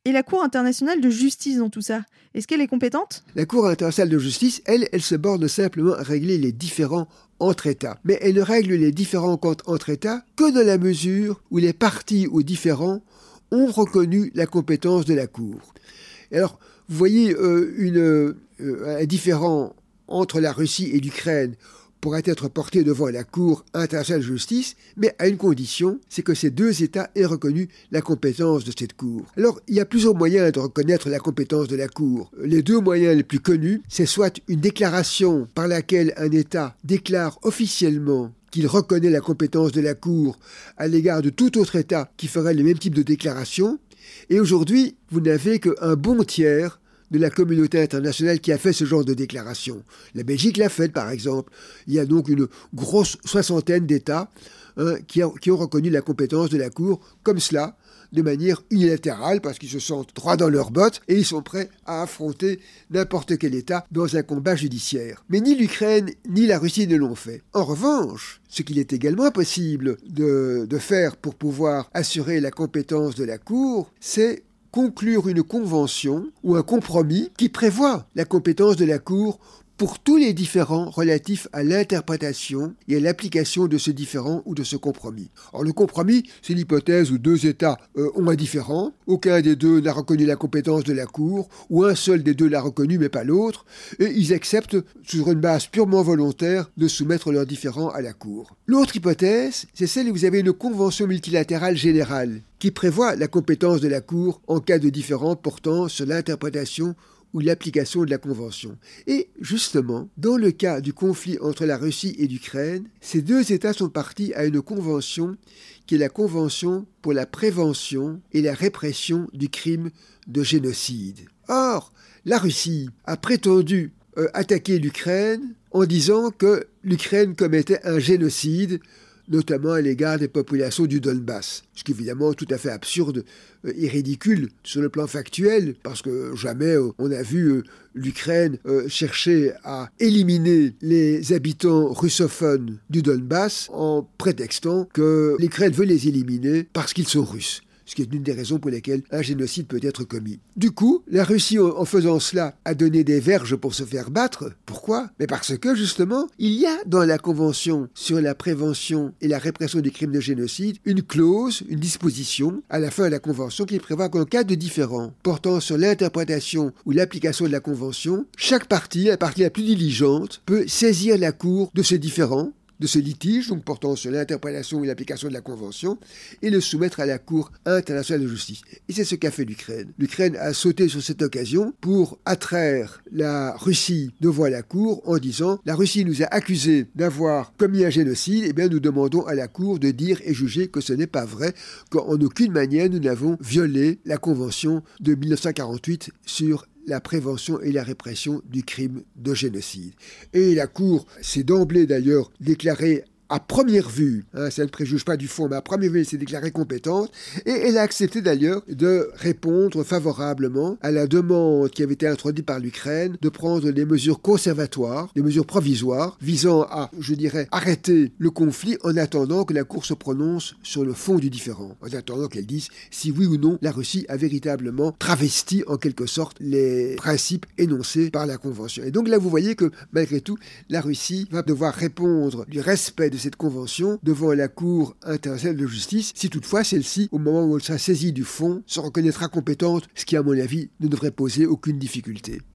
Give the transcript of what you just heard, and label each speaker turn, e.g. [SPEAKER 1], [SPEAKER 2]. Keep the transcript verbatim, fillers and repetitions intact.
[SPEAKER 1] Et la Cour internationale de justice dans tout ça, est-ce qu'elle est compétente ?
[SPEAKER 2] La Cour internationale de justice, elle, elle se borne simplement à régler les différends entre États. Mais elle ne règle les différends entre États que dans la mesure où les parties aux différends ont reconnu la compétence de la Cour. Et alors, vous voyez, euh, une, euh, un différend entre la Russie et l'Ukraine pourrait être porté devant la Cour internationale de justice, mais à une condition, c'est que ces deux États aient reconnu la compétence de cette Cour. Alors, il y a plusieurs moyens de reconnaître la compétence de la Cour. Les deux moyens les plus connus, c'est soit une déclaration par laquelle un État déclare officiellement qu'il reconnaît la compétence de la Cour à l'égard de tout autre État qui ferait le même type de déclaration. Et aujourd'hui, vous n'avez qu'un bon tiers de la communauté internationale qui a fait ce genre de déclaration. La Belgique l'a fait, par exemple. Il y a donc une grosse soixantaine d'États hein, qui, a, qui ont reconnu la compétence de la Cour comme cela, de manière unilatérale, parce qu'ils se sentent droit dans leurs bottes et ils sont prêts à affronter n'importe quel État dans un combat judiciaire. Mais ni l'Ukraine ni la Russie ne l'ont fait. En revanche, ce qu'il est également possible de, de faire pour pouvoir assurer la compétence de la Cour, c'est conclure une convention ou un compromis qui prévoit la compétence de la Cour pour tous les différends relatifs à l'interprétation et à l'application de ce différend ou de ce compromis. Or, le compromis, c'est l'hypothèse où deux États euh, ont un différend, aucun des deux n'a reconnu la compétence de la Cour, ou un seul des deux l'a reconnu mais pas l'autre, et ils acceptent, sur une base purement volontaire, de soumettre leurs différends à la Cour. L'autre hypothèse, c'est celle où vous avez une convention multilatérale générale, qui prévoit la compétence de la Cour en cas de différend portant sur l'interprétation ou l'application de la Convention. Et justement, dans le cas du conflit entre la Russie et l'Ukraine, ces deux États sont partis à une convention qui est la Convention pour la prévention et la répression du crime de génocide. Or, la Russie a prétendu euh, attaquer l'Ukraine en disant que l'Ukraine commettait un génocide, notamment à l'égard des populations du Donbass. Ce qui est évidemment tout à fait absurde euh, et ridicule sur le plan factuel, parce que jamais euh, on a vu euh, l'Ukraine euh, chercher à éliminer les habitants russophones du Donbass en prétextant que l'Ukraine veut les éliminer parce qu'ils sont russes. Ce qui est une des raisons pour lesquelles un génocide peut être commis. Du coup, la Russie, en faisant cela, a donné des verges pour se faire battre. Pourquoi ? Mais parce que, justement, il y a dans la Convention sur la prévention et la répression des crimes de génocide une clause, une disposition, à la fin de la Convention, qui prévoit qu'en cas de différend portant sur l'interprétation ou l'application de la Convention, chaque partie, la partie la plus diligente, peut saisir la Cour de ce différend, de ce litige, donc portant sur l'interprétation et l'application de la Convention, et le soumettre à la Cour internationale de justice. Et c'est ce qu'a fait l'Ukraine. L'Ukraine a sauté sur cette occasion pour attraire la Russie devant la Cour en disant « La Russie nous a accusés d'avoir commis un génocide, et bien nous demandons à la Cour de dire et juger que ce n'est pas vrai, qu'en aucune manière nous n'avons violé la Convention de mille neuf cent quarante-huit sur la prévention et la répression du crime de génocide. » Et la Cour s'est d'emblée d'ailleurs déclarée à première vue, hein, ça ne préjuge pas du fond, mais à première vue, elle s'est déclarée compétente, et elle a accepté d'ailleurs de répondre favorablement à la demande qui avait été introduite par l'Ukraine de prendre des mesures conservatoires, des mesures provisoires, visant à, je dirais, arrêter le conflit en attendant que la Cour se prononce sur le fond du différend, en attendant qu'elle dise si oui ou non la Russie a véritablement travesti en quelque sorte les principes énoncés par la Convention. Et donc là, vous voyez que malgré tout, la Russie va devoir répondre du respect de cette convention devant la Cour internationale de justice, si toutefois celle-ci, au moment où elle sera saisie du fond, se reconnaîtra compétente, ce qui à mon avis ne devrait poser aucune difficulté.